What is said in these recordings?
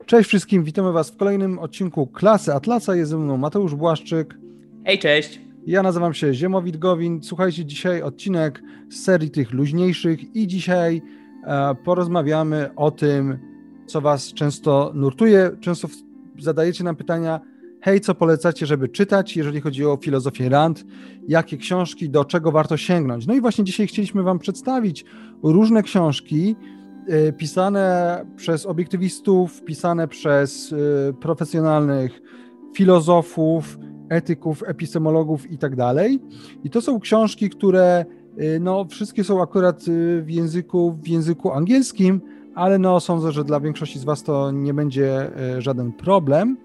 Cześć wszystkim, witamy Was w kolejnym odcinku Klasy Atlasa. Jest ze mną Mateusz Błaszczyk. Hej, cześć. Ja nazywam się Ziemowit Gowin. Słuchajcie, dzisiaj odcinek z serii tych luźniejszych i dzisiaj porozmawiamy o tym, co Was często nurtuje. Często zadajecie nam pytania, hej, co polecacie, żeby czytać, jeżeli chodzi o filozofię Rand, jakie książki, do czego warto sięgnąć. No i właśnie dzisiaj chcieliśmy Wam przedstawić różne książki, pisane przez obiektywistów, pisane przez profesjonalnych filozofów, etyków, epistemologów i tak dalej. I to są książki, które wszystkie są akurat w języku angielskim, ale sądzę, że dla większości z Was to nie będzie żaden problem.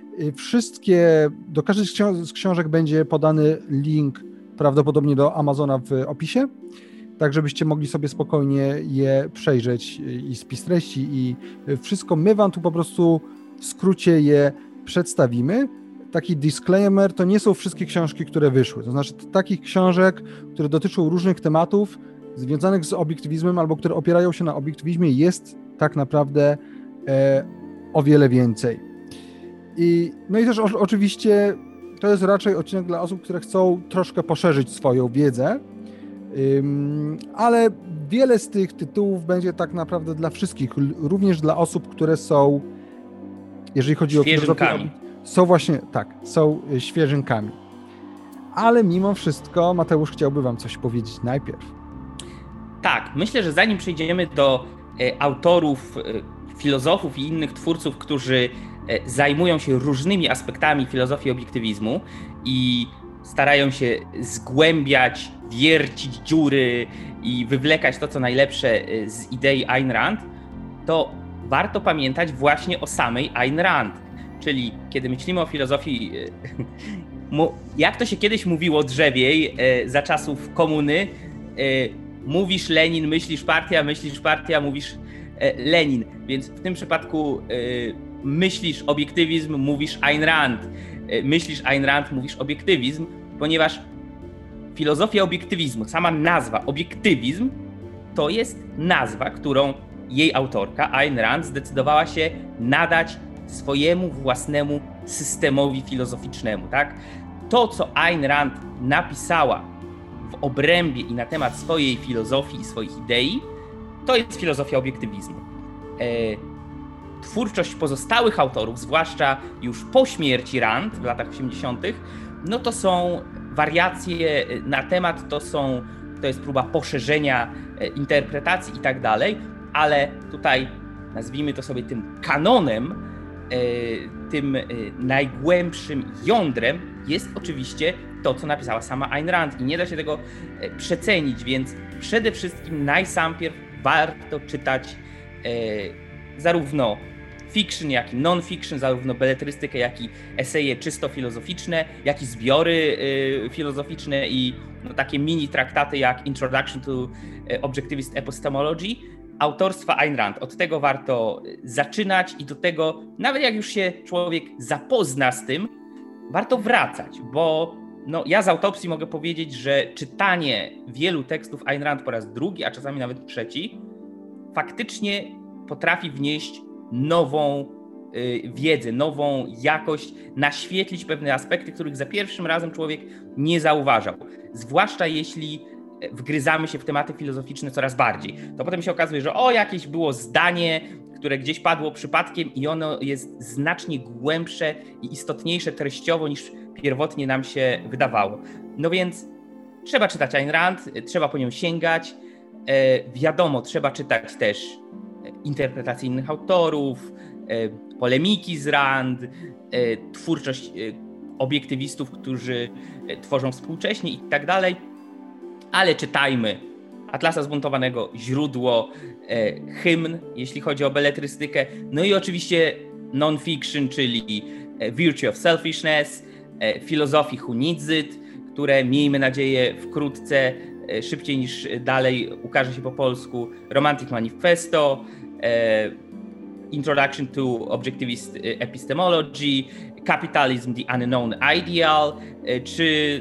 Do każdej z książek będzie podany link prawdopodobnie do Amazona w opisie, tak żebyście mogli sobie spokojnie je przejrzeć i spis treści i wszystko. My Wam tu po prostu w skrócie je przedstawimy. Taki disclaimer, to nie są wszystkie książki, które wyszły. To znaczy takich książek, które dotyczą różnych tematów związanych z obiektywizmem albo które opierają się na obiektywizmie, jest tak naprawdę o wiele więcej. I też oczywiście to jest raczej odcinek dla osób, które chcą troszkę poszerzyć swoją wiedzę, ale wiele z tych tytułów będzie tak naprawdę dla wszystkich, również dla osób, które są, jeżeli chodzi o filozofię, są świeżynkami. Ale mimo wszystko Mateusz chciałby Wam coś powiedzieć najpierw. Tak, myślę, że zanim przejdziemy do autorów, filozofów i innych twórców, którzy zajmują się różnymi aspektami filozofii obiektywizmu i starają się zgłębiać, wiercić dziury i wywlekać to, co najlepsze z idei Ayn Rand, to warto pamiętać właśnie o samej Ayn Rand. Czyli kiedy myślimy o filozofii, jak to się kiedyś mówiło drzewiej za czasów komuny, mówisz Lenin, myślisz partia, mówisz Lenin. Więc w tym przypadku myślisz obiektywizm, mówisz Ayn Rand. Myślisz Ayn Rand, mówisz obiektywizm, ponieważ filozofia obiektywizmu, sama nazwa obiektywizm, to jest nazwa, którą jej autorka Ayn Rand zdecydowała się nadać swojemu własnemu systemowi filozoficznemu. Tak? To, co Ayn Rand napisała w obrębie i na temat swojej filozofii i swoich idei, to jest filozofia obiektywizmu. Twórczość pozostałych autorów, zwłaszcza już po śmierci Rand w latach 80., to są wariacje na temat, to jest próba poszerzenia interpretacji i tak dalej, ale tutaj nazwijmy to sobie tym kanonem, tym najgłębszym jądrem jest oczywiście to, co napisała sama Ayn Rand i nie da się tego przecenić, więc przede wszystkim najsampierw warto czytać zarówno fiction, jak i non-fiction, zarówno beletrystykę, jak i eseje czysto filozoficzne, jak i zbiory filozoficzne i takie mini traktaty jak Introduction to Objectivist Epistemology autorstwa Ayn Rand. Od tego warto zaczynać i do tego, nawet jak już się człowiek zapozna z tym, warto wracać, bo ja z autopsji mogę powiedzieć, że czytanie wielu tekstów Ayn Rand po raz drugi, a czasami nawet trzeci, faktycznie potrafi wnieść nową wiedzę, nową jakość, naświetlić pewne aspekty, których za pierwszym razem człowiek nie zauważał. Zwłaszcza jeśli wgryzamy się w tematy filozoficzne coraz bardziej. To potem się okazuje, że jakieś było zdanie, które gdzieś padło przypadkiem i ono jest znacznie głębsze i istotniejsze treściowo niż pierwotnie nam się wydawało. Więc trzeba czytać Ayn Rand, trzeba po nią sięgać. Wiadomo, trzeba czytać też interpretacje innych autorów, polemiki z Rand, twórczość obiektywistów, którzy tworzą współcześnie i tak dalej, ale czytajmy Atlasa Zbuntowanego, źródło, hymn, jeśli chodzi o beletrystykę, i oczywiście non-fiction, czyli Virtue of Selfishness, filozofii Hunizyd, które miejmy nadzieję wkrótce, szybciej niż dalej ukaże się po polsku, Romantic Manifesto, Introduction to Objectivist Epistemology, Capitalism, the Unknown Ideal, czy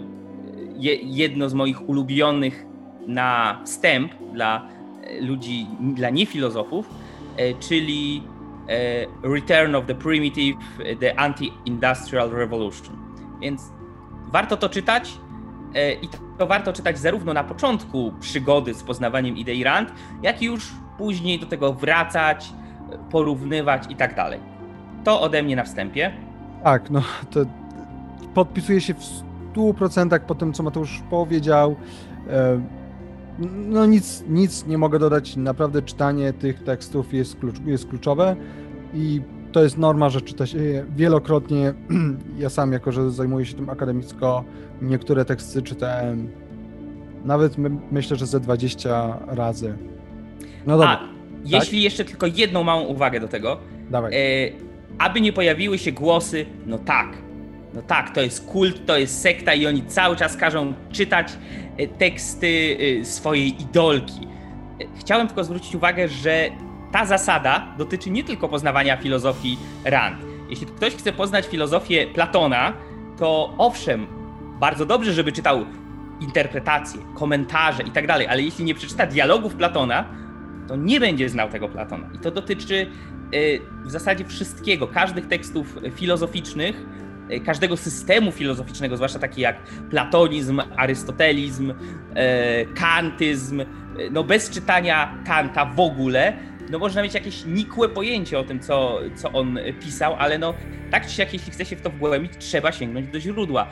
jedno z moich ulubionych na wstęp dla ludzi, dla niefilozofów, czyli Return of the Primitive, the Anti-Industrial Revolution. Więc warto to czytać i to warto czytać zarówno na początku przygody z poznawaniem idei Rand, jak i już później do tego wracać, porównywać i tak dalej. To ode mnie na wstępie. Tak, no to podpisuję się w 100% po tym, co Mateusz powiedział. No nic nie mogę dodać. Naprawdę czytanie tych tekstów jest kluczowe i to jest norma, że czyta się je wielokrotnie. Ja sam, jako że zajmuję się tym akademicko, niektóre teksty czytałem nawet myślę, że ze 20 razy. No dobra. Jeśli jeszcze tylko jedną małą uwagę do tego. Dawaj. Aby nie pojawiły się głosy, no tak, to jest kult, to jest sekta i oni cały czas każą czytać teksty swojej idolki. Chciałem tylko zwrócić uwagę, że ta zasada dotyczy nie tylko poznawania filozofii Rand. Jeśli ktoś chce poznać filozofię Platona, to owszem, bardzo dobrze, żeby czytał interpretacje, komentarze i tak dalej, ale jeśli nie przeczyta dialogów Platona, to nie będzie znał tego Platona. I to dotyczy w zasadzie wszystkiego, każdych tekstów filozoficznych, każdego systemu filozoficznego, zwłaszcza taki jak platonizm, arystotelizm, kantyzm. No bez czytania Kanta w ogóle, no można mieć jakieś nikłe pojęcie o tym, co on pisał, ale no tak czy siak, jeśli chce się w to wgłębić, trzeba sięgnąć do źródła.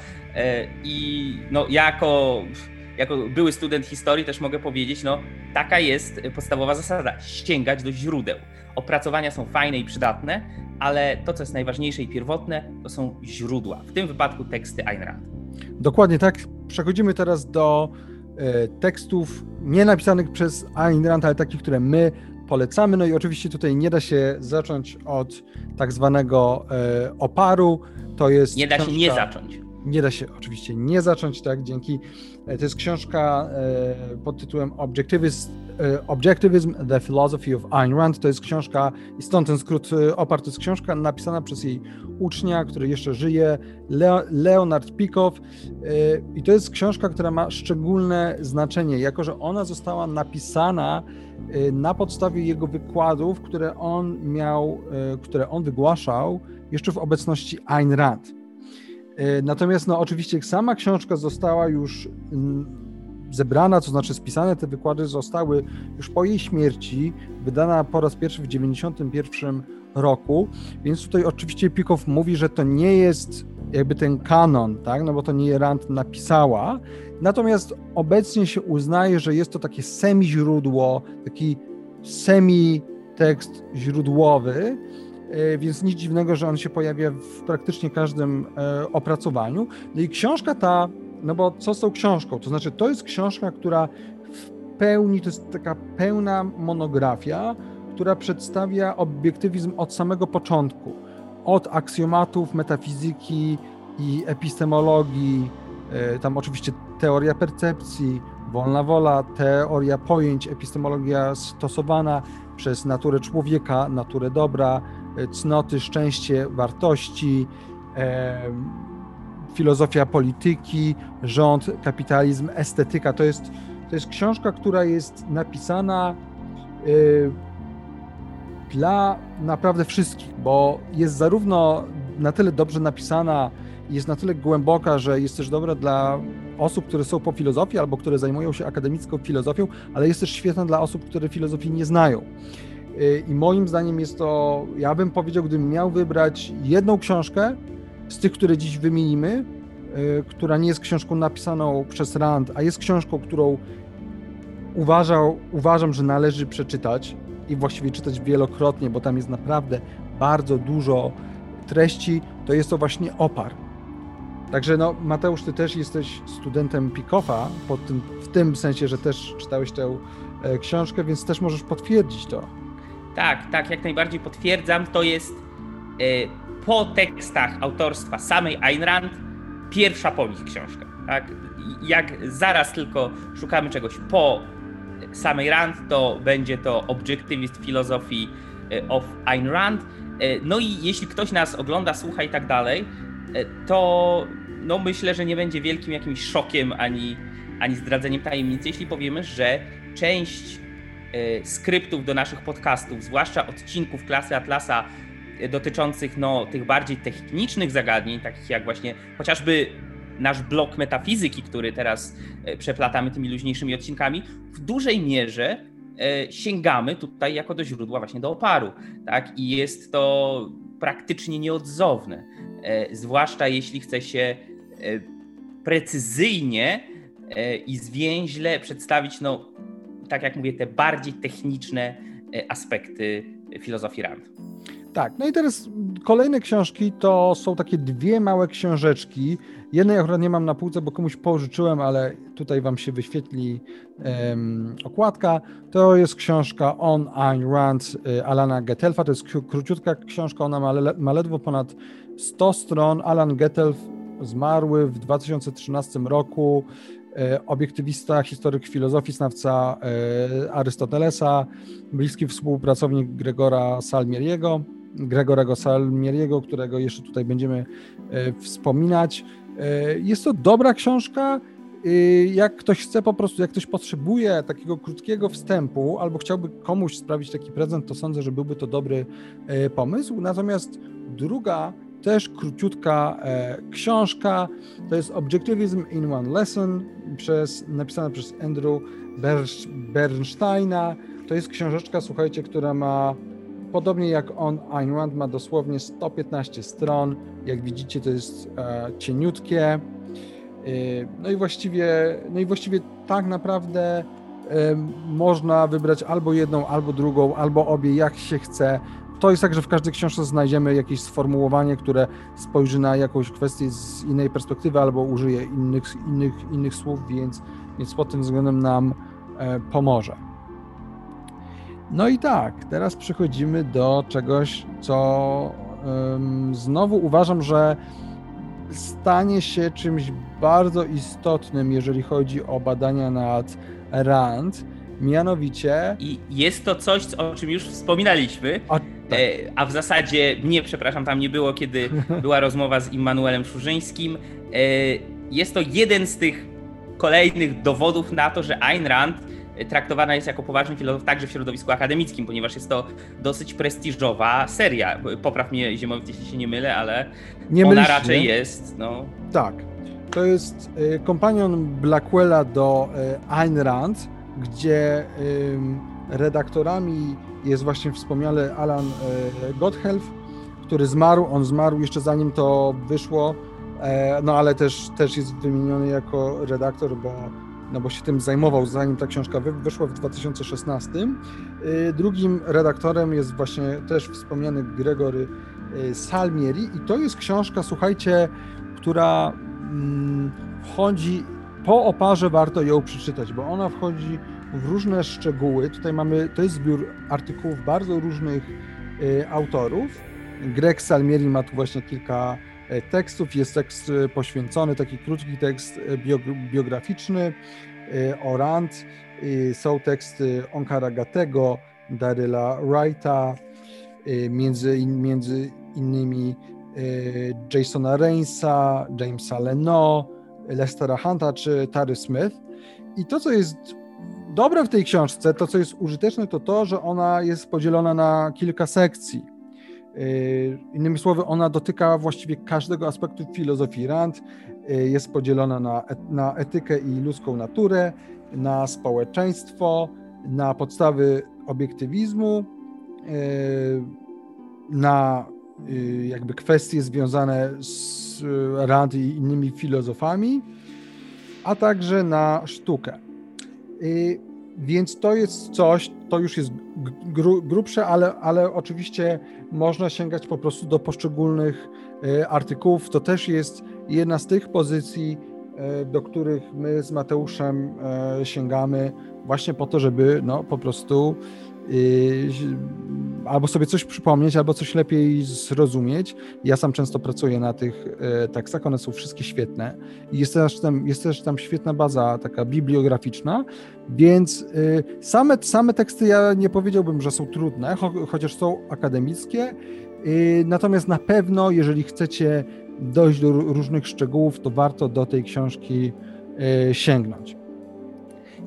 I no jako były student historii też mogę powiedzieć, no taka jest podstawowa zasada, sięgać do źródeł. Opracowania są fajne i przydatne, ale to, co jest najważniejsze i pierwotne, to są źródła. W tym wypadku teksty Ayn Rand. Dokładnie tak. Przechodzimy teraz do tekstów nie napisanych przez Ayn Rand, ale takich, które my polecamy. No i oczywiście tutaj nie da się zacząć od tak zwanego oparu. To jest nie da się nie zacząć. Nie da się oczywiście nie zacząć, tak, dzięki. To jest książka pod tytułem Objectivism, The Philosophy of Ayn Rand. To jest książka, i stąd ten skrót OPAR, to jest książka napisana przez jej ucznia, który jeszcze żyje, Leonard Peikoff. I to jest książka, która ma szczególne znaczenie, jako że ona została napisana na podstawie jego wykładów, które on wygłaszał jeszcze w obecności Ayn Rand. Natomiast no oczywiście sama książka została już zebrana, to znaczy spisane te wykłady zostały już po jej śmierci, wydana po raz pierwszy w 1991 roku, więc tutaj oczywiście Peikoff mówi, że to nie jest jakby ten kanon, tak, no bo to nie Rand napisała, natomiast obecnie się uznaje, że jest to takie semi-źródło, taki semi-tekst źródłowy, więc nic dziwnego, że on się pojawia w praktycznie każdym opracowaniu. No i książka ta, no bo co z tą książką? To znaczy, to jest książka, która w pełni, to jest taka pełna monografia, która przedstawia obiektywizm od samego początku. Od aksjomatów metafizyki i epistemologii, tam oczywiście teoria percepcji, wolna wola, teoria pojęć, epistemologia stosowana przez naturę człowieka, naturę dobra, cnoty, szczęście, wartości, filozofia polityki, rząd, kapitalizm, estetyka. To jest książka, która jest napisana dla naprawdę wszystkich, bo jest zarówno na tyle dobrze napisana, jest na tyle głęboka, że jest też dobra dla osób, które są po filozofii albo które zajmują się akademicką filozofią, ale jest też świetna dla osób, które filozofii nie znają. I moim zdaniem jest to, ja bym powiedział, gdybym miał wybrać jedną książkę z tych, które dziś wymienimy, która nie jest książką napisaną przez Rand, a jest książką, którą uważam, że należy przeczytać i właściwie czytać wielokrotnie, bo tam jest naprawdę bardzo dużo treści, to jest to właśnie Opar. Także no, Mateusz, ty też jesteś studentem Peikoffa, w tym sensie, że też czytałeś tę książkę, więc też możesz potwierdzić to. Tak, jak najbardziej potwierdzam. To jest po tekstach autorstwa samej Ayn Rand pierwsza po nich książka. Tak? Jak zaraz tylko szukamy czegoś po samej Rand, to będzie to Objectivist Philosophy of Ayn Rand. No i jeśli ktoś nas ogląda, słucha i tak dalej, to no myślę, że nie będzie wielkim jakimś szokiem ani zdradzeniem tajemnicy, jeśli powiemy, że część skryptów do naszych podcastów, zwłaszcza odcinków Klasy Atlasa dotyczących tych bardziej technicznych zagadnień, takich jak właśnie chociażby nasz blok metafizyki, który teraz przeplatamy tymi luźniejszymi odcinkami, w dużej mierze sięgamy tutaj jako do źródła właśnie do oparu, tak? I jest to praktycznie nieodzowne, zwłaszcza jeśli chce się precyzyjnie i zwięźle przedstawić, tak jak mówię, te bardziej techniczne aspekty filozofii Rand. Tak, no i teraz kolejne książki to są takie dwie małe książeczki. Jednej akurat nie mam na półce, bo komuś pożyczyłem, ale tutaj wam się wyświetli okładka. To jest książka On Ayn Rand Alana Gettelfa. To jest króciutka książka, ona ma ledwo ponad 100 stron. Alan Gettelf zmarły w 2013 roku. Obiektywista, historyk filozofii, znawca Arystotelesa, bliski współpracownik Gregora Salmieriego, którego jeszcze tutaj będziemy wspominać. Jest to dobra książka. Jak ktoś chce po prostu, jak ktoś potrzebuje takiego krótkiego wstępu albo chciałby komuś sprawić taki prezent, to sądzę, że byłby to dobry pomysł. Natomiast druga, też króciutka książka, to jest Objectivism in One Lesson, napisana przez Andrew Bernsteina. To jest książeczka, słuchajcie, która ma, podobnie jak On Ayn Rand, ma dosłownie 115 stron. Jak widzicie, to jest cieniutkie. No i właściwie tak naprawdę można wybrać albo jedną, albo drugą, albo obie, jak się chce. To jest tak, że w każdej książce znajdziemy jakieś sformułowanie, które spojrzy na jakąś kwestię z innej perspektywy albo użyje innych słów, więc pod tym względem nam pomoże. No i tak, teraz przechodzimy do czegoś, co znowu uważam, że stanie się czymś bardzo istotnym, jeżeli chodzi o badania nad Rand, mianowicie... I jest to coś, o czym już wspominaliśmy, a w zasadzie mnie, przepraszam, tam nie było, kiedy była rozmowa z Immanuelem Szurzyńskim. Jest to jeden z tych kolejnych dowodów na to, że Ayn Rand traktowana jest jako poważny filozof także w środowisku akademickim, ponieważ jest to dosyć prestiżowa seria. Popraw mnie, Ziemowit, jeśli się nie mylę, ale ona raczej jest... Tak, to jest kompanion Blackwella do Ayn Rand, gdzie redaktorami jest właśnie wspomniany Alan Gotthelf, który zmarł. On zmarł jeszcze zanim to wyszło, no ale też jest wymieniony jako redaktor, bo się tym zajmował, zanim ta książka wyszła w 2016. Drugim redaktorem jest właśnie też wspomniany Gregory Salmieri i to jest książka, słuchajcie, która wchodzi po oparze, warto ją przeczytać, bo ona wchodzi w różne szczegóły. Tutaj to jest zbiór artykułów bardzo różnych autorów. Greg Salmieri ma tu właśnie kilka tekstów, jest tekst poświęcony, taki krótki tekst biograficzny o Rand, są teksty Onkara Gatego, Daryla Wrighta, między innymi Jasona Rainsa, Jamesa Leno, Lestera Hunta czy Tary Smith. I to, co jest dobre w tej książce, to, co jest użyteczne, to to, że ona jest podzielona na kilka sekcji. Innymi słowy, ona dotyka właściwie każdego aspektu filozofii Rand. Jest podzielona na etykę i ludzką naturę, na społeczeństwo, na podstawy obiektywizmu, na jakby kwestie związane z Rand i innymi filozofami, a także na sztukę. Więc to jest coś, to już jest grubsze, ale oczywiście można sięgać po prostu do poszczególnych artykułów. To też jest jedna z tych pozycji, do których my z Mateuszem sięgamy właśnie po to, żeby po prostu albo sobie coś przypomnieć, albo coś lepiej zrozumieć. Ja sam często pracuję na tych tekstach, one są wszystkie świetne i jest też tam świetna baza taka bibliograficzna, więc same teksty ja nie powiedziałbym, że są trudne, chociaż są akademickie, natomiast na pewno, jeżeli chcecie dojść do różnych szczegółów, to warto do tej książki sięgnąć.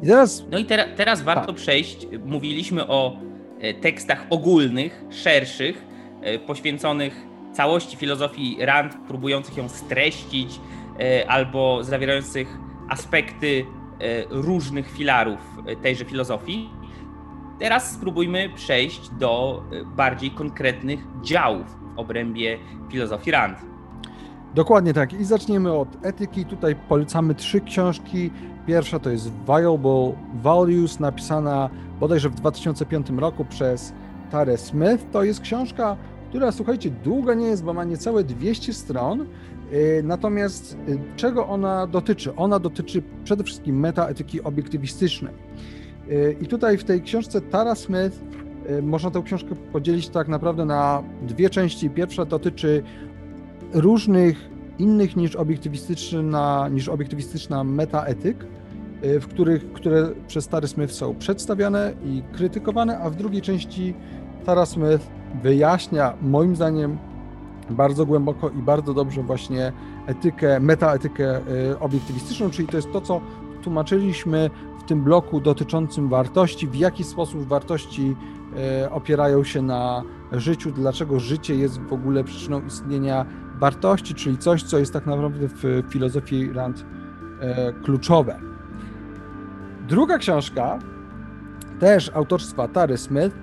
I teraz... No i teraz warto przejść, mówiliśmy o tekstach ogólnych, szerszych, poświęconych całości filozofii Rand, próbujących ją streścić albo zawierających aspekty różnych filarów tejże filozofii. Teraz spróbujmy przejść do bardziej konkretnych działów w obrębie filozofii Rand. Dokładnie tak. I zaczniemy od etyki. Tutaj polecamy 3 książki. Pierwsza to jest Viable Values, napisana bodajże w 2005 roku przez Tarę Smith. To jest książka, która, słuchajcie, długa nie jest, bo ma niecałe 200 stron. Natomiast czego ona dotyczy? Ona dotyczy przede wszystkim metaetyki obiektywistycznej. I tutaj w tej książce Tara Smith można tę książkę podzielić tak naprawdę na 2 części. Pierwsza dotyczy różnych innych niż obiektywistyczna metaetyk, które przez Tara Smith są przedstawiane i krytykowane, a w drugiej części Tara Smith wyjaśnia, moim zdaniem, bardzo głęboko i bardzo dobrze właśnie metaetykę obiektywistyczną, czyli to jest to, co tłumaczyliśmy w tym bloku dotyczącym wartości, w jaki sposób wartości opierają się na życiu, dlaczego życie jest w ogóle przyczyną istnienia wartości, czyli coś, co jest tak naprawdę w filozofii Rand kluczowe. Druga książka, też autorstwa Tary Smith,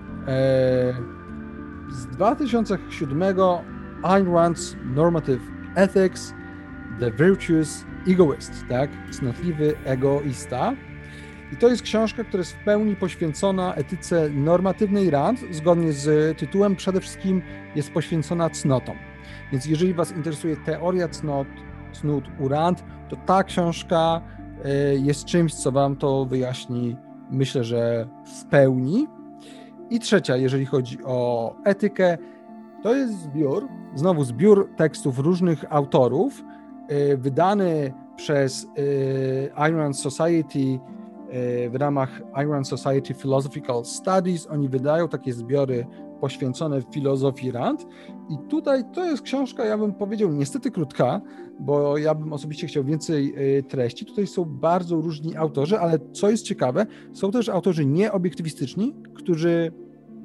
z 2007, Ayn Rand's Normative Ethics, The Virtuous Egoist, tak? Cnotliwy egoista. I to jest książka, która jest w pełni poświęcona etyce normatywnej Rand, zgodnie z tytułem przede wszystkim jest poświęcona cnotom. Więc jeżeli Was interesuje teoria cnót u Rand, to ta książka jest czymś, co Wam to wyjaśni, myślę, że w pełni. I trzecia, jeżeli chodzi o etykę, to jest zbiór tekstów różnych autorów, wydany przez Ayn Rand Society w ramach Ayn Rand Society Philosophical Studies. Oni wydają takie zbiory poświęcone filozofii Rand. I tutaj to jest książka, ja bym powiedział, niestety krótka, bo ja bym osobiście chciał więcej treści. Tutaj są bardzo różni autorzy, ale co jest ciekawe, są też autorzy nieobiektywistyczni, którzy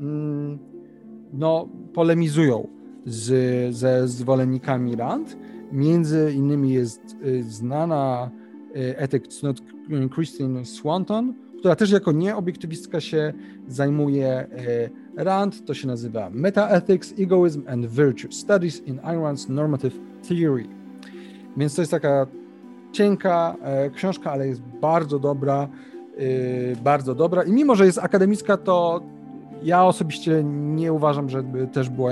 polemizują ze zwolennikami Rand. Między innymi jest znana etyk cnót Christine Swanton, która też jako nieobiektywistka się zajmuje Rand. To się nazywa Metaethics, Egoism and Virtue Studies in Ayn Rand's Normative Theory. Więc to jest taka cienka książka, ale jest bardzo dobra, bardzo dobra. I mimo, że jest akademicka, to ja osobiście nie uważam, żeby była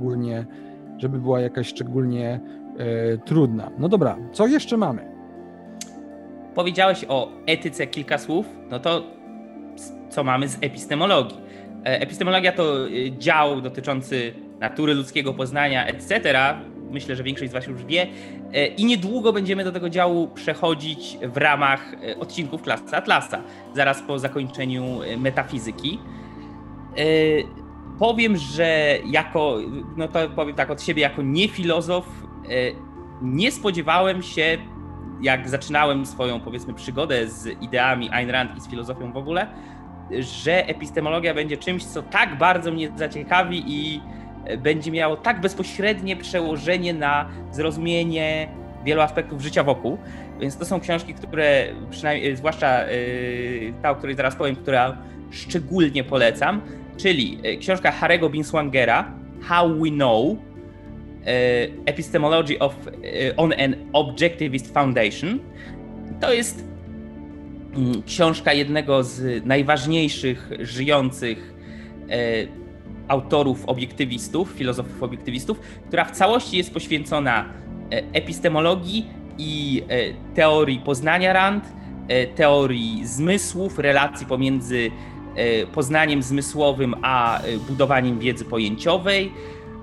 jakaś szczególnie trudna. No dobra, co jeszcze mamy? Powiedziałeś o etyce kilka słów, no to co mamy z epistemologii? Epistemologia to dział dotyczący natury ludzkiego poznania, etc. Myślę, że większość z Was już wie. I niedługo będziemy do tego działu przechodzić w ramach odcinków Klasy Atlasa, zaraz po zakończeniu metafizyki. Powiem, że powiem tak od siebie, jako niefilozof, nie spodziewałem się, jak zaczynałem swoją, powiedzmy, przygodę z ideami Ayn Rand i z filozofią w ogóle, że epistemologia będzie czymś, co tak bardzo mnie zaciekawi i będzie miało tak bezpośrednie przełożenie na zrozumienie wielu aspektów życia wokół. Więc to są książki, które przynajmniej, zwłaszcza ta, o której zaraz powiem, która szczególnie polecam, czyli książka Harry'ego Binswangera How We Know, Epistemology on an Objectivist Foundation. To jest książka jednego z najważniejszych żyjących autorów obiektywistów, filozofów obiektywistów, która w całości jest poświęcona epistemologii i teorii poznania Rand, teorii zmysłów, relacji pomiędzy poznaniem zmysłowym a budowaniem wiedzy pojęciowej,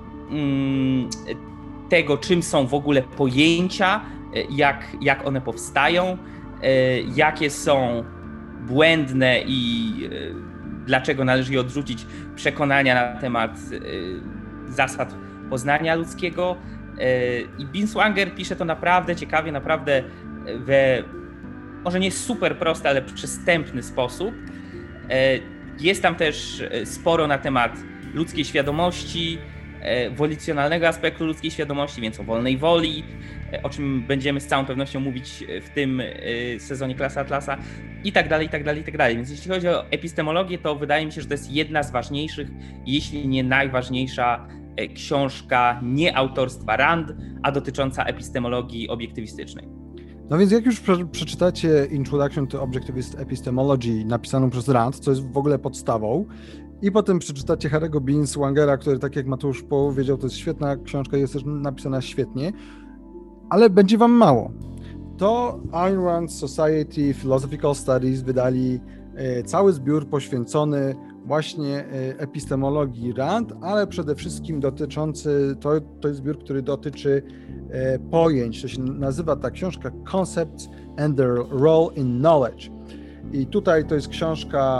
tego, czym są w ogóle pojęcia, jak one powstają, jakie są błędne i dlaczego należy je odrzucić przekonania na temat zasad poznania ludzkiego. I Binswanger pisze to naprawdę ciekawie, naprawdę może nie super prosty, ale przystępny sposób. Jest tam też sporo na temat ludzkiej świadomości, wolicjonalnego aspektu ludzkiej świadomości, więc o wolnej woli, o czym będziemy z całą pewnością mówić w tym sezonie Klasy Atlasa i tak dalej, i tak dalej, i tak dalej. Więc jeśli chodzi o epistemologię, to wydaje mi się, że to jest jedna z ważniejszych, jeśli nie najważniejsza książka nie autorstwa Rand, a dotycząca epistemologii obiektywistycznej. No więc jak już przeczytacie Introduction to Objectivist Epistemology napisaną przez Rand, co jest w ogóle podstawą, i potem przeczytacie Harry'ego Binswangera, który, tak jak Mateusz powiedział, to jest świetna książka, jest też napisana świetnie, ale będzie wam mało. To Ayn Rand Society Philosophical Studies wydali cały zbiór poświęcony właśnie epistemologii Rand, ale przede wszystkim dotyczący, to jest zbiór, który dotyczy pojęć. To się nazywa ta książka Concepts and Their Role in Knowledge. I tutaj to jest książka,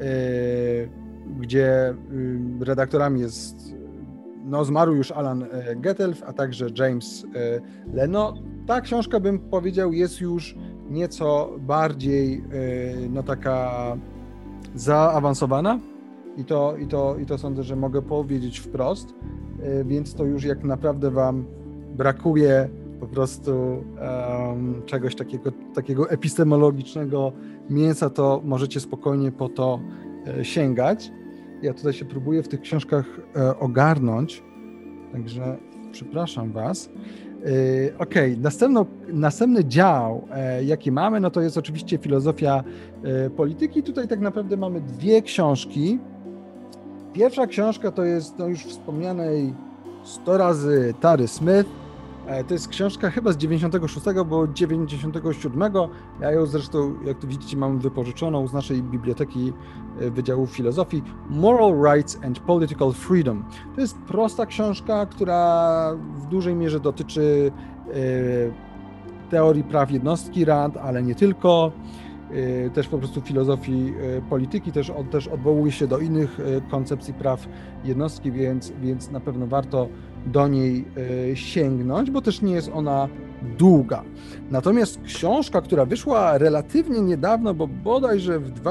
gdzie redaktorami jest, zmarł już Alan Gettelf, a także James Leno. Ta książka, bym powiedział, jest już nieco bardziej taka zaawansowana i to sądzę, że mogę powiedzieć wprost, więc to już jak naprawdę wam brakuje po prostu czegoś takiego epistemologicznego mięsa, to możecie spokojnie po to sięgać. Ja tutaj się próbuję w tych książkach ogarnąć, także przepraszam was. Okej, następny dział, jaki mamy, no to jest oczywiście filozofia polityki. Tutaj tak naprawdę mamy dwie książki. Pierwsza książka to jest już wspomnianej 100 razy Tary Smith. To jest książka chyba z 96, bo 97. Ja ją zresztą, jak tu widzicie, mam wypożyczoną z naszej biblioteki Wydziału Filozofii. Moral Rights and Political Freedom. To jest prosta książka, która w dużej mierze dotyczy teorii praw jednostki Rand, ale nie tylko. Też po prostu filozofii polityki, też odwołuje się do innych koncepcji praw jednostki, więc na pewno warto do niej sięgnąć, bo też nie jest ona długa. Natomiast książka, która wyszła relatywnie niedawno, bo bodajże w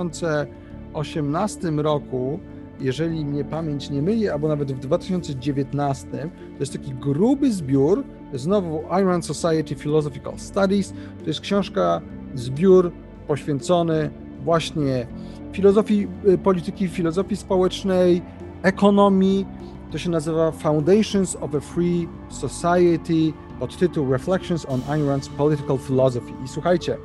2018 roku, jeżeli mnie pamięć nie myli, albo nawet w 2019, to jest taki gruby zbiór, znowu Ayn Rand Society Philosophical Studies, to jest książka, zbiór poświęcony właśnie filozofii polityki, filozofii społecznej, ekonomii. To się nazywa Foundations of a Free Society, pod tytuł Reflections on Ayn Rand's Political Philosophy. I słuchajcie,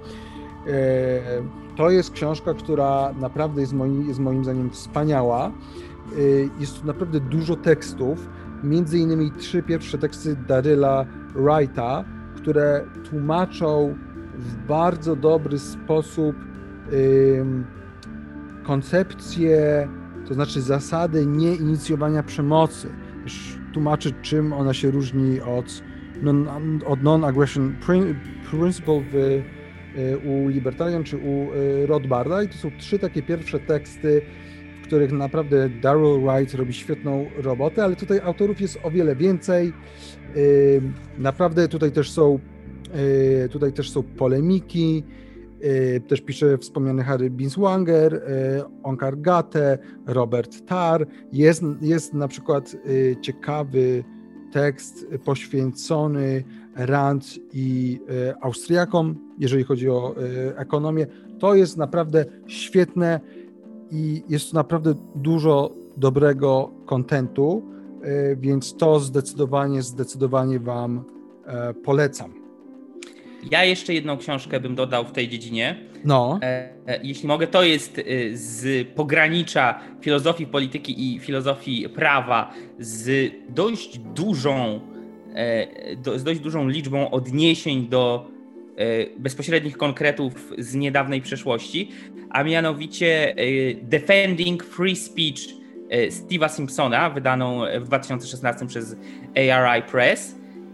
to jest książka, która naprawdę jest moim zdaniem wspaniała. Jest tu naprawdę dużo tekstów, między innymi 3 pierwsze teksty Daryla Wrighta, które tłumaczą w bardzo dobry sposób koncepcję, to znaczy zasady nieinicjowania przemocy. Już tłumaczy, czym ona się różni od non-aggression principle u Libertarian czy u Rothbarda. I to są 3 takie pierwsze teksty, w których naprawdę Daryl Wright robi świetną robotę, ale tutaj autorów jest o wiele więcej. Naprawdę tutaj też są polemiki, też pisze wspomniany Harry Binswanger, Onkar Ghate, Robert Tarr. Jest na przykład ciekawy tekst poświęcony Rand i Austriakom, jeżeli chodzi o ekonomię. To jest naprawdę świetne i jest naprawdę dużo dobrego kontentu, więc to zdecydowanie wam polecam. Ja jeszcze jedną książkę bym dodał w tej dziedzinie. No. Jeśli mogę, to jest z pogranicza filozofii polityki i filozofii prawa z dość dużą liczbą odniesień do bezpośrednich konkretów z niedawnej przeszłości, a mianowicie Defending Free Speech Steve'a Simpsona, wydaną w 2016 przez ARI Press.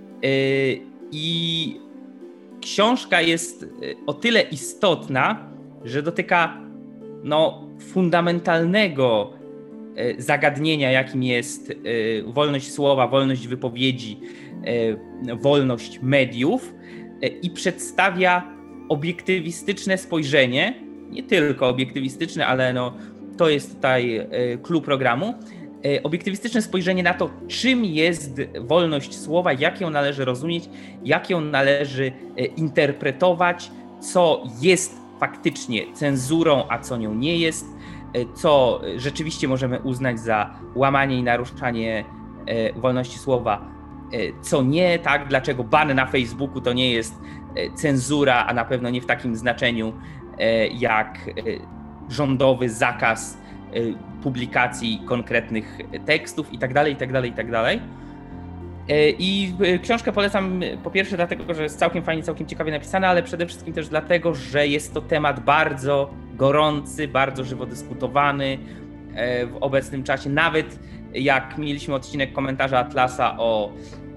I książka jest o tyle istotna, że dotyka fundamentalnego zagadnienia, jakim jest wolność słowa, wolność wypowiedzi, wolność mediów i przedstawia obiektywistyczne spojrzenie, nie tylko obiektywistyczne, ale no, to jest tutaj clou programu, obiektywistyczne spojrzenie na to, czym jest wolność słowa, jak ją należy rozumieć, jak ją należy interpretować, co jest faktycznie cenzurą, a co nią nie jest, co rzeczywiście możemy uznać za łamanie i naruszanie wolności słowa, co nie, tak? Dlaczego ban na Facebooku to nie jest cenzura, a na pewno nie w takim znaczeniu jak rządowy zakaz publikacji konkretnych tekstów i tak dalej, i tak dalej, i tak dalej. I książkę polecam po pierwsze dlatego, że jest całkiem fajnie, całkiem ciekawie napisana, ale przede wszystkim też dlatego, że jest to temat bardzo gorący, bardzo żywo dyskutowany w obecnym czasie. Nawet jak mieliśmy odcinek komentarza Atlasa o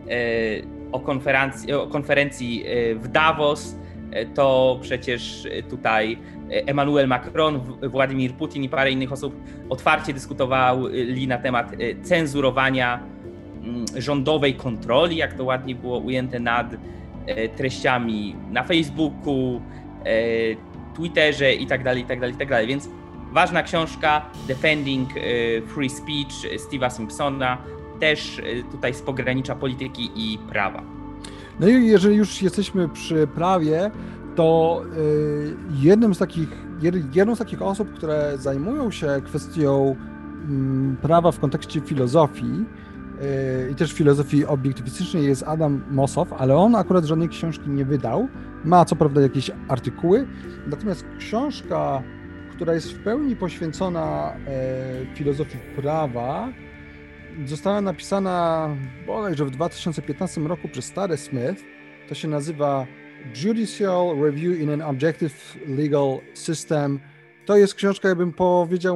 konferencji w Davos, to przecież tutaj Emmanuel Macron, Władimir Putin i parę innych osób otwarcie dyskutowali na temat cenzurowania rządowej kontroli, jak to ładnie było ujęte, nad treściami na Facebooku, Twitterze i tak dalej, i tak dalej, i tak dalej. Więc ważna książka Defending Free Speech Steve'a Simpsona, też tutaj z pogranicza polityki i prawa. No i jeżeli już jesteśmy przy prawie, to jedną z takich osób, które zajmują się kwestią prawa w kontekście filozofii i też filozofii obiektywistycznej jest Adam Mossow, ale on akurat żadnej książki nie wydał. Ma co prawda jakieś artykuły, natomiast książka, która jest w pełni poświęcona filozofii prawa, została napisana bodajże w 2015 roku przez Tara Smith. To się nazywa Judicial Review in an Objective Legal System. To jest książka, ja bym powiedział,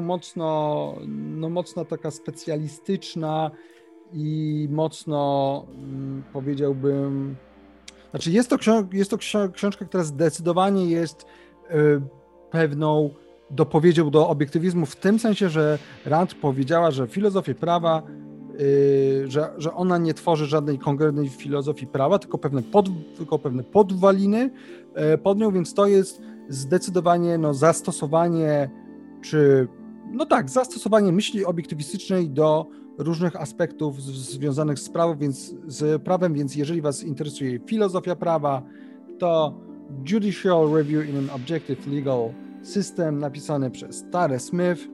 mocno taka specjalistyczna i mocno powiedziałbym... Znaczy jest to książka, która zdecydowanie jest pewną dopowiedzią do obiektywizmu w tym sensie, że Rand powiedziała, że filozofię prawa, że ona nie tworzy żadnej konkretnej filozofii prawa, tylko pewne podwaliny pod nią, więc to jest zdecydowanie zastosowanie, zastosowanie myśli obiektywistycznej do różnych aspektów związanych z prawem, więc jeżeli was interesuje filozofia prawa, to Judicial Review in an Objective Legal System, napisany przez Tara Smith.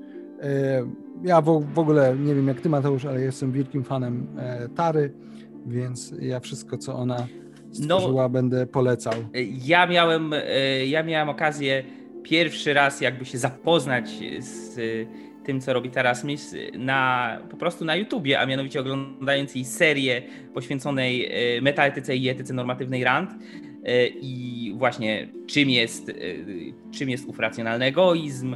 Ja w ogóle nie wiem jak ty, Mateusz, ale jestem wielkim fanem Tary, więc ja wszystko, co ona stworzyła, będę polecał. Ja miałem okazję pierwszy raz jakby się zapoznać z tym, co robi Tara Smith po prostu na YouTubie, a mianowicie oglądając jej serię poświęconej metaetyce i etyce normatywnej Rand i właśnie czym jest ów racjonalny egoizm,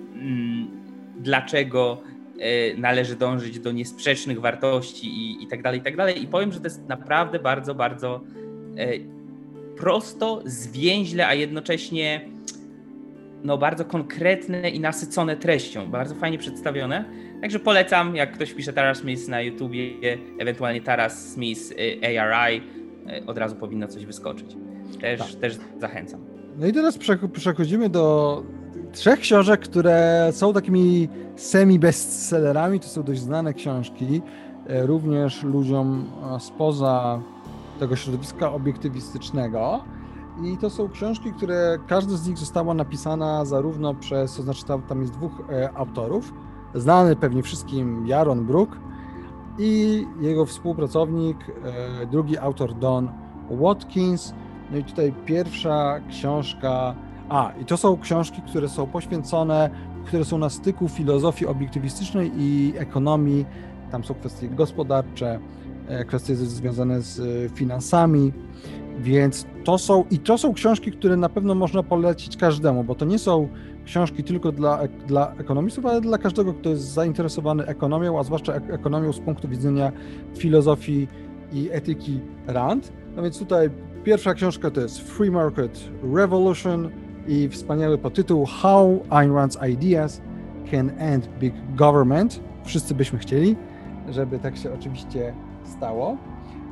dlaczego należy dążyć do niesprzecznych wartości i tak dalej, i tak dalej. I powiem, że to jest naprawdę bardzo, bardzo prosto, zwięźle, a jednocześnie bardzo konkretne i nasycone treścią, bardzo fajnie przedstawione. Także polecam, jak ktoś pisze Tara Smith na YouTubie, ewentualnie Tara Smith ARI, od razu powinno coś wyskoczyć. Też zachęcam. No i teraz przechodzimy do 3 książek, które są takimi semi-bestsellerami. To są dość znane książki, również ludziom spoza tego środowiska obiektywistycznego. I to są książki, które każda z nich została napisana zarówno przez, to znaczy tam jest 2 autorów, znany pewnie wszystkim Jaron Brook i jego współpracownik, drugi autor Don Watkins. No i tutaj pierwsza książka, i to są książki, które są poświęcone, które są na styku filozofii obiektywistycznej i ekonomii. Tam są kwestie gospodarcze, kwestie związane z finansami, więc to są książki, które na pewno można polecić każdemu, bo to nie są książki tylko dla ekonomistów, ale dla każdego, kto jest zainteresowany ekonomią, a zwłaszcza ekonomią z punktu widzenia filozofii i etyki Rand. No więc tutaj pierwsza książka to jest Free Market Revolution i wspaniały podtytuł How Ayn Rand's Ideas Can End Big Government. Wszyscy byśmy chcieli, żeby tak się oczywiście stało.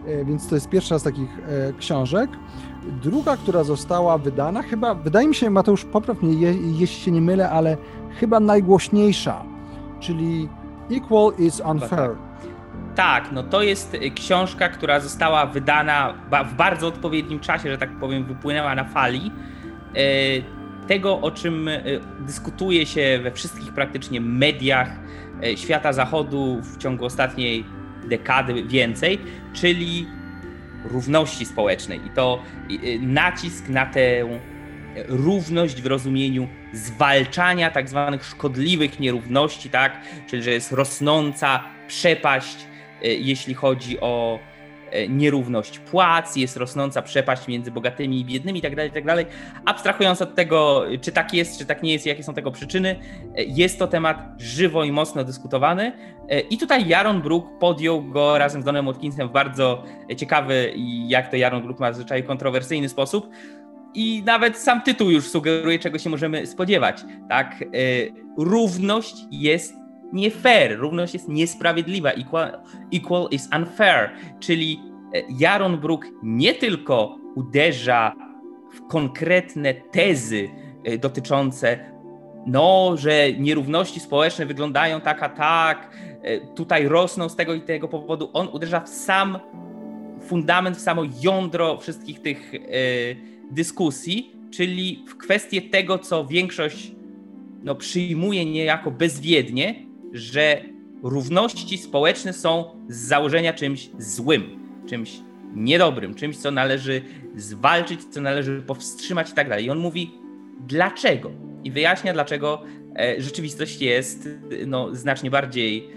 więc to jest pierwsza z takich książek. Druga, która została wydana, chyba, wydaje mi się, Mateusz, popraw mnie, jeśli się nie mylę, ale chyba najgłośniejsza, czyli Equal is Unfair. Tak, no to jest książka, która została wydana w bardzo odpowiednim czasie, że tak powiem, wypłynęła na fali tego, o czym dyskutuje się we wszystkich praktycznie mediach świata zachodu w ciągu ostatniej dekady więcej, czyli równości społecznej. I to nacisk na tę równość w rozumieniu zwalczania tak zwanych szkodliwych nierówności, tak? Czyli że jest rosnąca przepaść, jeśli chodzi o nierówność płac, jest rosnąca przepaść między bogatymi i biednymi itd., itd. Abstrahując od tego, czy tak jest, czy tak nie jest, jakie są tego przyczyny, jest to temat żywo i mocno dyskutowany i tutaj Jaron Brook podjął go razem z Donem Watkinsem w bardzo ciekawy i jak to Jaron Brook ma zazwyczaj kontrowersyjny sposób i nawet sam tytuł już sugeruje, czego się możemy spodziewać. Tak? Równość jest nie fair, równość jest niesprawiedliwa, equal is unfair, czyli Jaron Brook nie tylko uderza w konkretne tezy dotyczące, że nierówności społeczne wyglądają tak, a tak, tutaj rosną z tego i tego powodu, on uderza w sam fundament, w samo jądro wszystkich tych dyskusji, czyli w kwestię tego, co większość przyjmuje niejako bezwiednie, że równości społeczne są z założenia czymś złym, czymś niedobrym, czymś, co należy zwalczyć, co należy powstrzymać i tak dalej. I on mówi, dlaczego? I wyjaśnia, dlaczego rzeczywistość jest znacznie bardziej,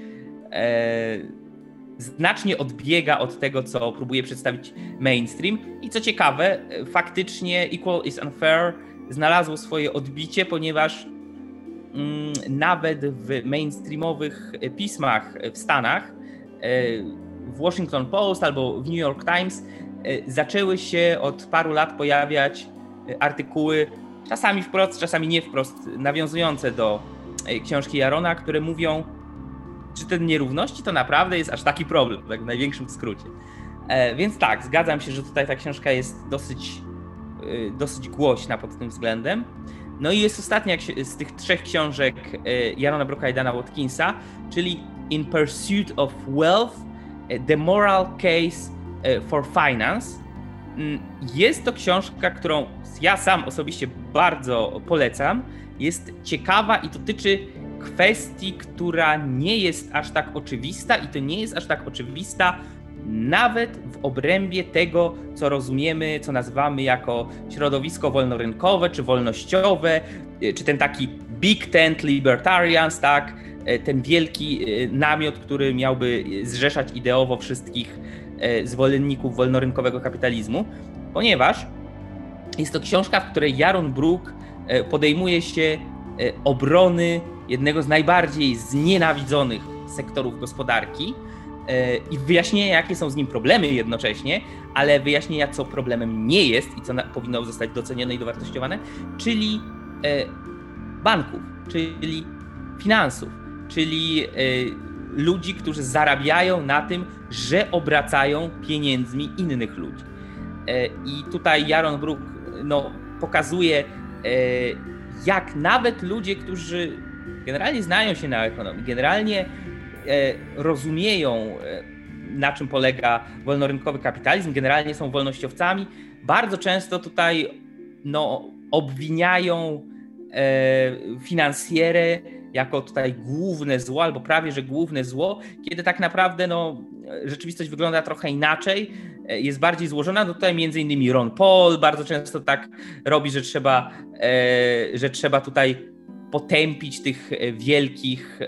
znacznie odbiega od tego, co próbuje przedstawić mainstream. I co ciekawe, faktycznie Equal is Unfair znalazło swoje odbicie, ponieważ nawet w mainstreamowych pismach w Stanach, w Washington Post albo w New York Times zaczęły się od paru lat pojawiać artykuły, czasami wprost, czasami nie wprost, nawiązujące do książki Jarona, które mówią, czy te nierówności to naprawdę jest aż taki problem, tak w największym skrócie. Więc tak, zgadzam się, że tutaj ta książka jest dosyć głośna pod tym względem. No i jest ostatnia z tych trzech książek Jarona Brooka i Dana Watkinsa, czyli In Pursuit of Wealth, The Moral Case for Finance. Jest to książka, którą ja sam osobiście bardzo polecam. Jest ciekawa i dotyczy kwestii, która nie jest aż tak oczywista i to nie jest aż tak oczywista nawet w obrębie tego, co rozumiemy, co nazywamy jako środowisko wolnorynkowe czy wolnościowe, czy ten taki Big Tent Libertarians, tak? Ten wielki namiot, który miałby zrzeszać ideowo wszystkich zwolenników wolnorynkowego kapitalizmu, ponieważ jest to książka, w której Jaron Brook podejmuje się obrony jednego z najbardziej znienawidzonych sektorów gospodarki i wyjaśnienia, jakie są z nim problemy jednocześnie, ale wyjaśnienia, co problemem nie jest i co powinno zostać docenione i dowartościowane, czyli banków, czyli finansów, czyli ludzi, którzy zarabiają na tym, że obracają pieniędzmi innych ludzi. I tutaj Jaron Brook pokazuje, jak nawet ludzie, którzy generalnie znają się na ekonomii, generalnie rozumieją, na czym polega wolnorynkowy kapitalizm, generalnie są wolnościowcami, bardzo często tutaj obwiniają finansjerę jako tutaj główne zło, albo prawie że główne zło, kiedy tak naprawdę rzeczywistość wygląda trochę inaczej, jest bardziej złożona. Tutaj między innymi Ron Paul bardzo często tak robi, że trzeba tutaj potępić tych wielkich,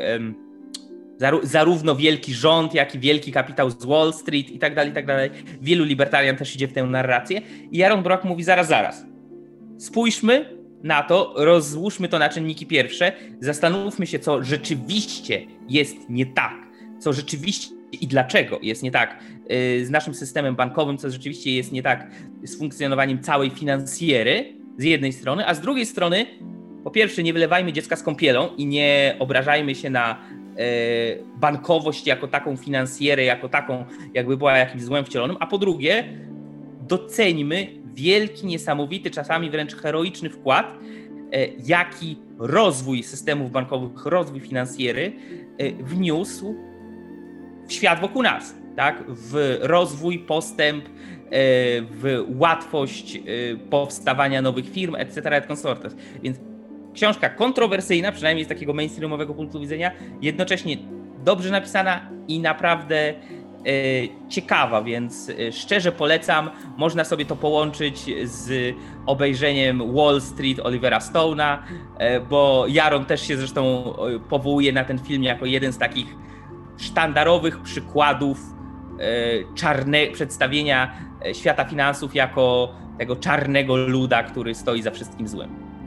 zarówno wielki rząd, jak i wielki kapitał z Wall Street i tak dalej, i tak dalej. Wielu libertarian też idzie w tę narrację. I Jaron Brook mówi zaraz. Spójrzmy na to, rozłóżmy to na czynniki pierwsze, zastanówmy się, co rzeczywiście jest nie tak, co rzeczywiście i dlaczego jest nie tak z naszym systemem bankowym, co rzeczywiście jest nie tak z funkcjonowaniem całej finansjery z jednej strony, a z drugiej strony po pierwsze nie wylewajmy dziecka z kąpielą i nie obrażajmy się na bankowość jako taką, finansjerę jako taką, jakby była jakimś złem wcielonym, a po drugie doceńmy wielki, niesamowity, czasami wręcz heroiczny wkład, jaki rozwój systemów bankowych, rozwój finansjery wniósł w świat wokół nas, tak? W rozwój, postęp, w łatwość powstawania nowych firm, etc. et consortes. Więc książka kontrowersyjna, przynajmniej z takiego mainstreamowego punktu widzenia, jednocześnie dobrze napisana i naprawdę ciekawa, więc szczerze polecam. Można sobie to połączyć z obejrzeniem Wall Street Olivera Stone'a, bo Jaron też się zresztą powołuje na ten film jako jeden z takich sztandarowych przykładów przedstawienia świata finansów jako tego czarnego luda, który stoi za wszystkim złym.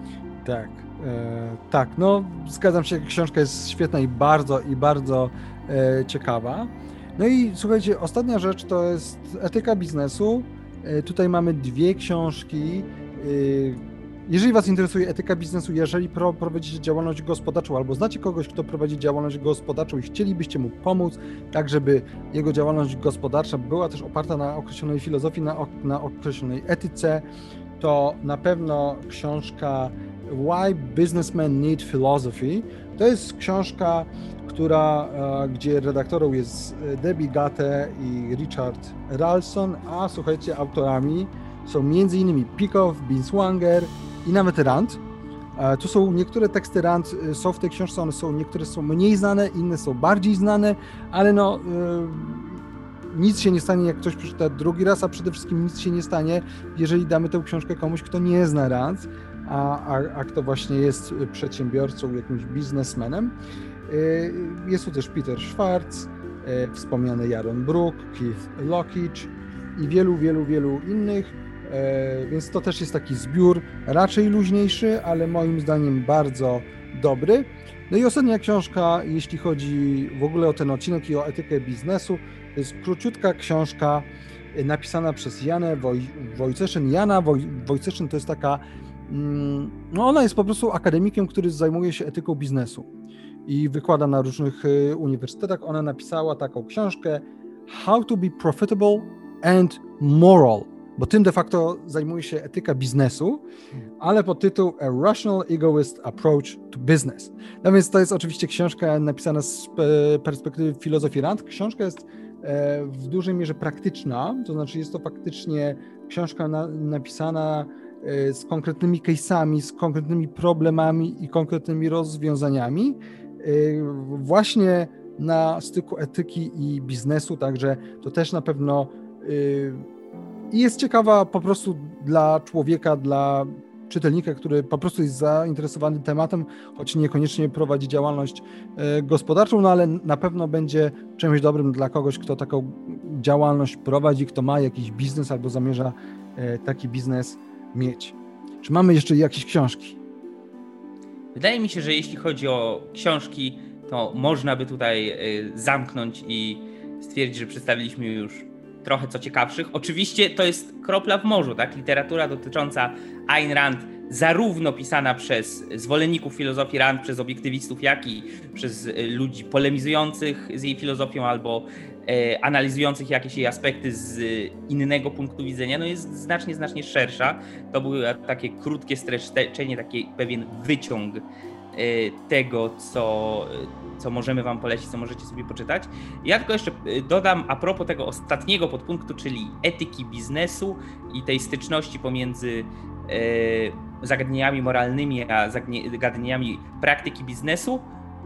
Tak, no zgadzam się, książka jest świetna i bardzo ciekawa. No i słuchajcie, ostatnia rzecz to jest etyka biznesu. Tutaj mamy 2 książki. Jeżeli Was interesuje etyka biznesu, jeżeli prowadzicie działalność gospodarczą albo znacie kogoś, kto prowadzi działalność gospodarczą i chcielibyście mu pomóc, tak żeby jego działalność gospodarcza była też oparta na określonej filozofii, na określonej etyce, to na pewno książka Why Businessmen Need Philosophy. To jest książka, gdzie redaktorą jest Debbie Gatte i Richard Ralston, a słuchajcie, autorami są m.in. Peikoff, Binswanger i nawet Rand. Tu są niektóre teksty Rand są w tej książce, niektóre są mniej znane, inne są bardziej znane, ale nic się nie stanie, jak ktoś przeczyta drugi raz, a przede wszystkim nic się nie stanie, jeżeli damy tę książkę komuś, kto nie zna Rand, a kto właśnie jest przedsiębiorcą, jakimś biznesmenem. Jest tu też Peter Schwartz, wspomniany Jaron Brook, Keith Lockridge i wielu innych, więc to też jest taki zbiór raczej luźniejszy, ale moim zdaniem bardzo dobry. No i ostatnia książka, jeśli chodzi w ogóle o ten odcinek i o etykę biznesu, to jest króciutka książka napisana przez Janę Wojcieszyn. Jana Wojcieszyn to jest taka, ona jest po prostu akademikiem, który zajmuje się etyką biznesu i wykłada na różnych uniwersytetach. Ona napisała taką książkę How to be profitable and moral, bo tym de facto zajmuje się etyka biznesu, ale pod tytuł A Rational Egoist Approach to Business. No więc to jest oczywiście książka napisana z perspektywy filozofii Rand. Książka jest w dużej mierze praktyczna, to znaczy jest to faktycznie książka napisana z konkretnymi case'ami, z konkretnymi problemami i konkretnymi rozwiązaniami, właśnie na styku etyki i biznesu, także to też na pewno jest ciekawa po prostu dla człowieka, dla czytelnika, który po prostu jest zainteresowany tematem, choć niekoniecznie prowadzi działalność gospodarczą, no ale na pewno będzie czymś dobrym dla kogoś, kto taką działalność prowadzi, kto ma jakiś biznes albo zamierza taki biznes mieć. Czy mamy jeszcze jakieś książki? Wydaje mi się, że jeśli chodzi o książki, to można by tutaj zamknąć i stwierdzić, że przedstawiliśmy już trochę co ciekawszych. Oczywiście to jest kropla w morzu, tak? Literatura dotycząca Ayn Rand, zarówno pisana przez zwolenników filozofii Rand, przez obiektywistów, jak i przez ludzi polemizujących z jej filozofią albo analizujących jakieś jej aspekty z innego punktu widzenia, no jest znacznie szersza. To było takie krótkie streszczenie, taki pewien wyciąg tego, co możemy wam polecić, co możecie sobie poczytać. Ja tylko jeszcze dodam a propos tego ostatniego podpunktu, czyli etyki biznesu i tej styczności pomiędzy zagadnieniami moralnymi a zagadnieniami praktyki biznesu.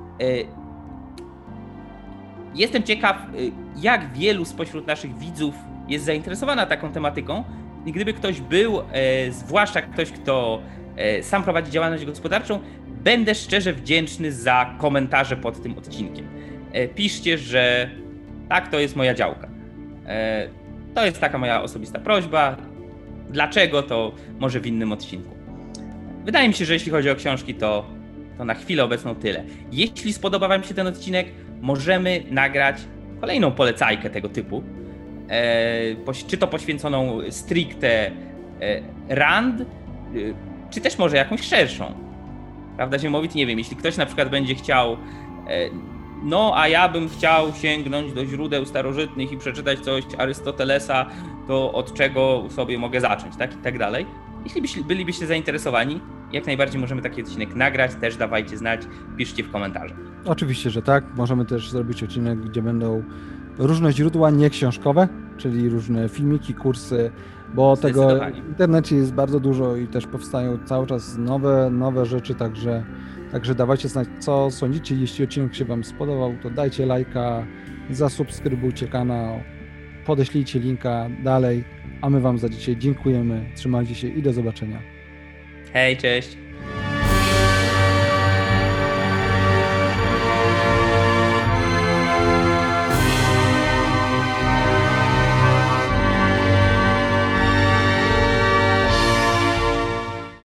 Jestem ciekaw, jak wielu spośród naszych widzów jest zainteresowana taką tematyką. I gdyby ktoś był, zwłaszcza ktoś, kto sam prowadzi działalność gospodarczą, będę szczerze wdzięczny za komentarze pod tym odcinkiem. Piszcie, że tak, to jest moja działka. To jest taka moja osobista prośba. Dlaczego, to może w innym odcinku. Wydaje mi się, że jeśli chodzi o książki, to na chwilę obecną tyle. Jeśli spodoba wam się ten odcinek, możemy nagrać kolejną polecajkę tego typu. Czy to poświęconą stricte Rand, czy też może jakąś szerszą. Prawda, Ziemowit? Nie wiem, jeśli ktoś na przykład będzie chciał no a ja bym chciał sięgnąć do źródeł starożytnych i przeczytać coś Arystotelesa, to od czego sobie mogę zacząć, tak? I tak dalej. Jeśli bylibyście zainteresowani, jak najbardziej możemy taki odcinek nagrać, też dawajcie znać, piszcie w komentarzach. Oczywiście, że tak. Możemy też zrobić odcinek, gdzie będą różne źródła nieksiążkowe, czyli różne filmiki, kursy, bo tego w internecie jest bardzo dużo i też powstają cały czas nowe rzeczy, także dawajcie znać, co sądzicie. Jeśli odcinek się Wam spodobał, to dajcie lajka, zasubskrybujcie kanał, podeślijcie linka dalej, a my Wam za dzisiaj dziękujemy, trzymajcie się i do zobaczenia. Hej, cześć!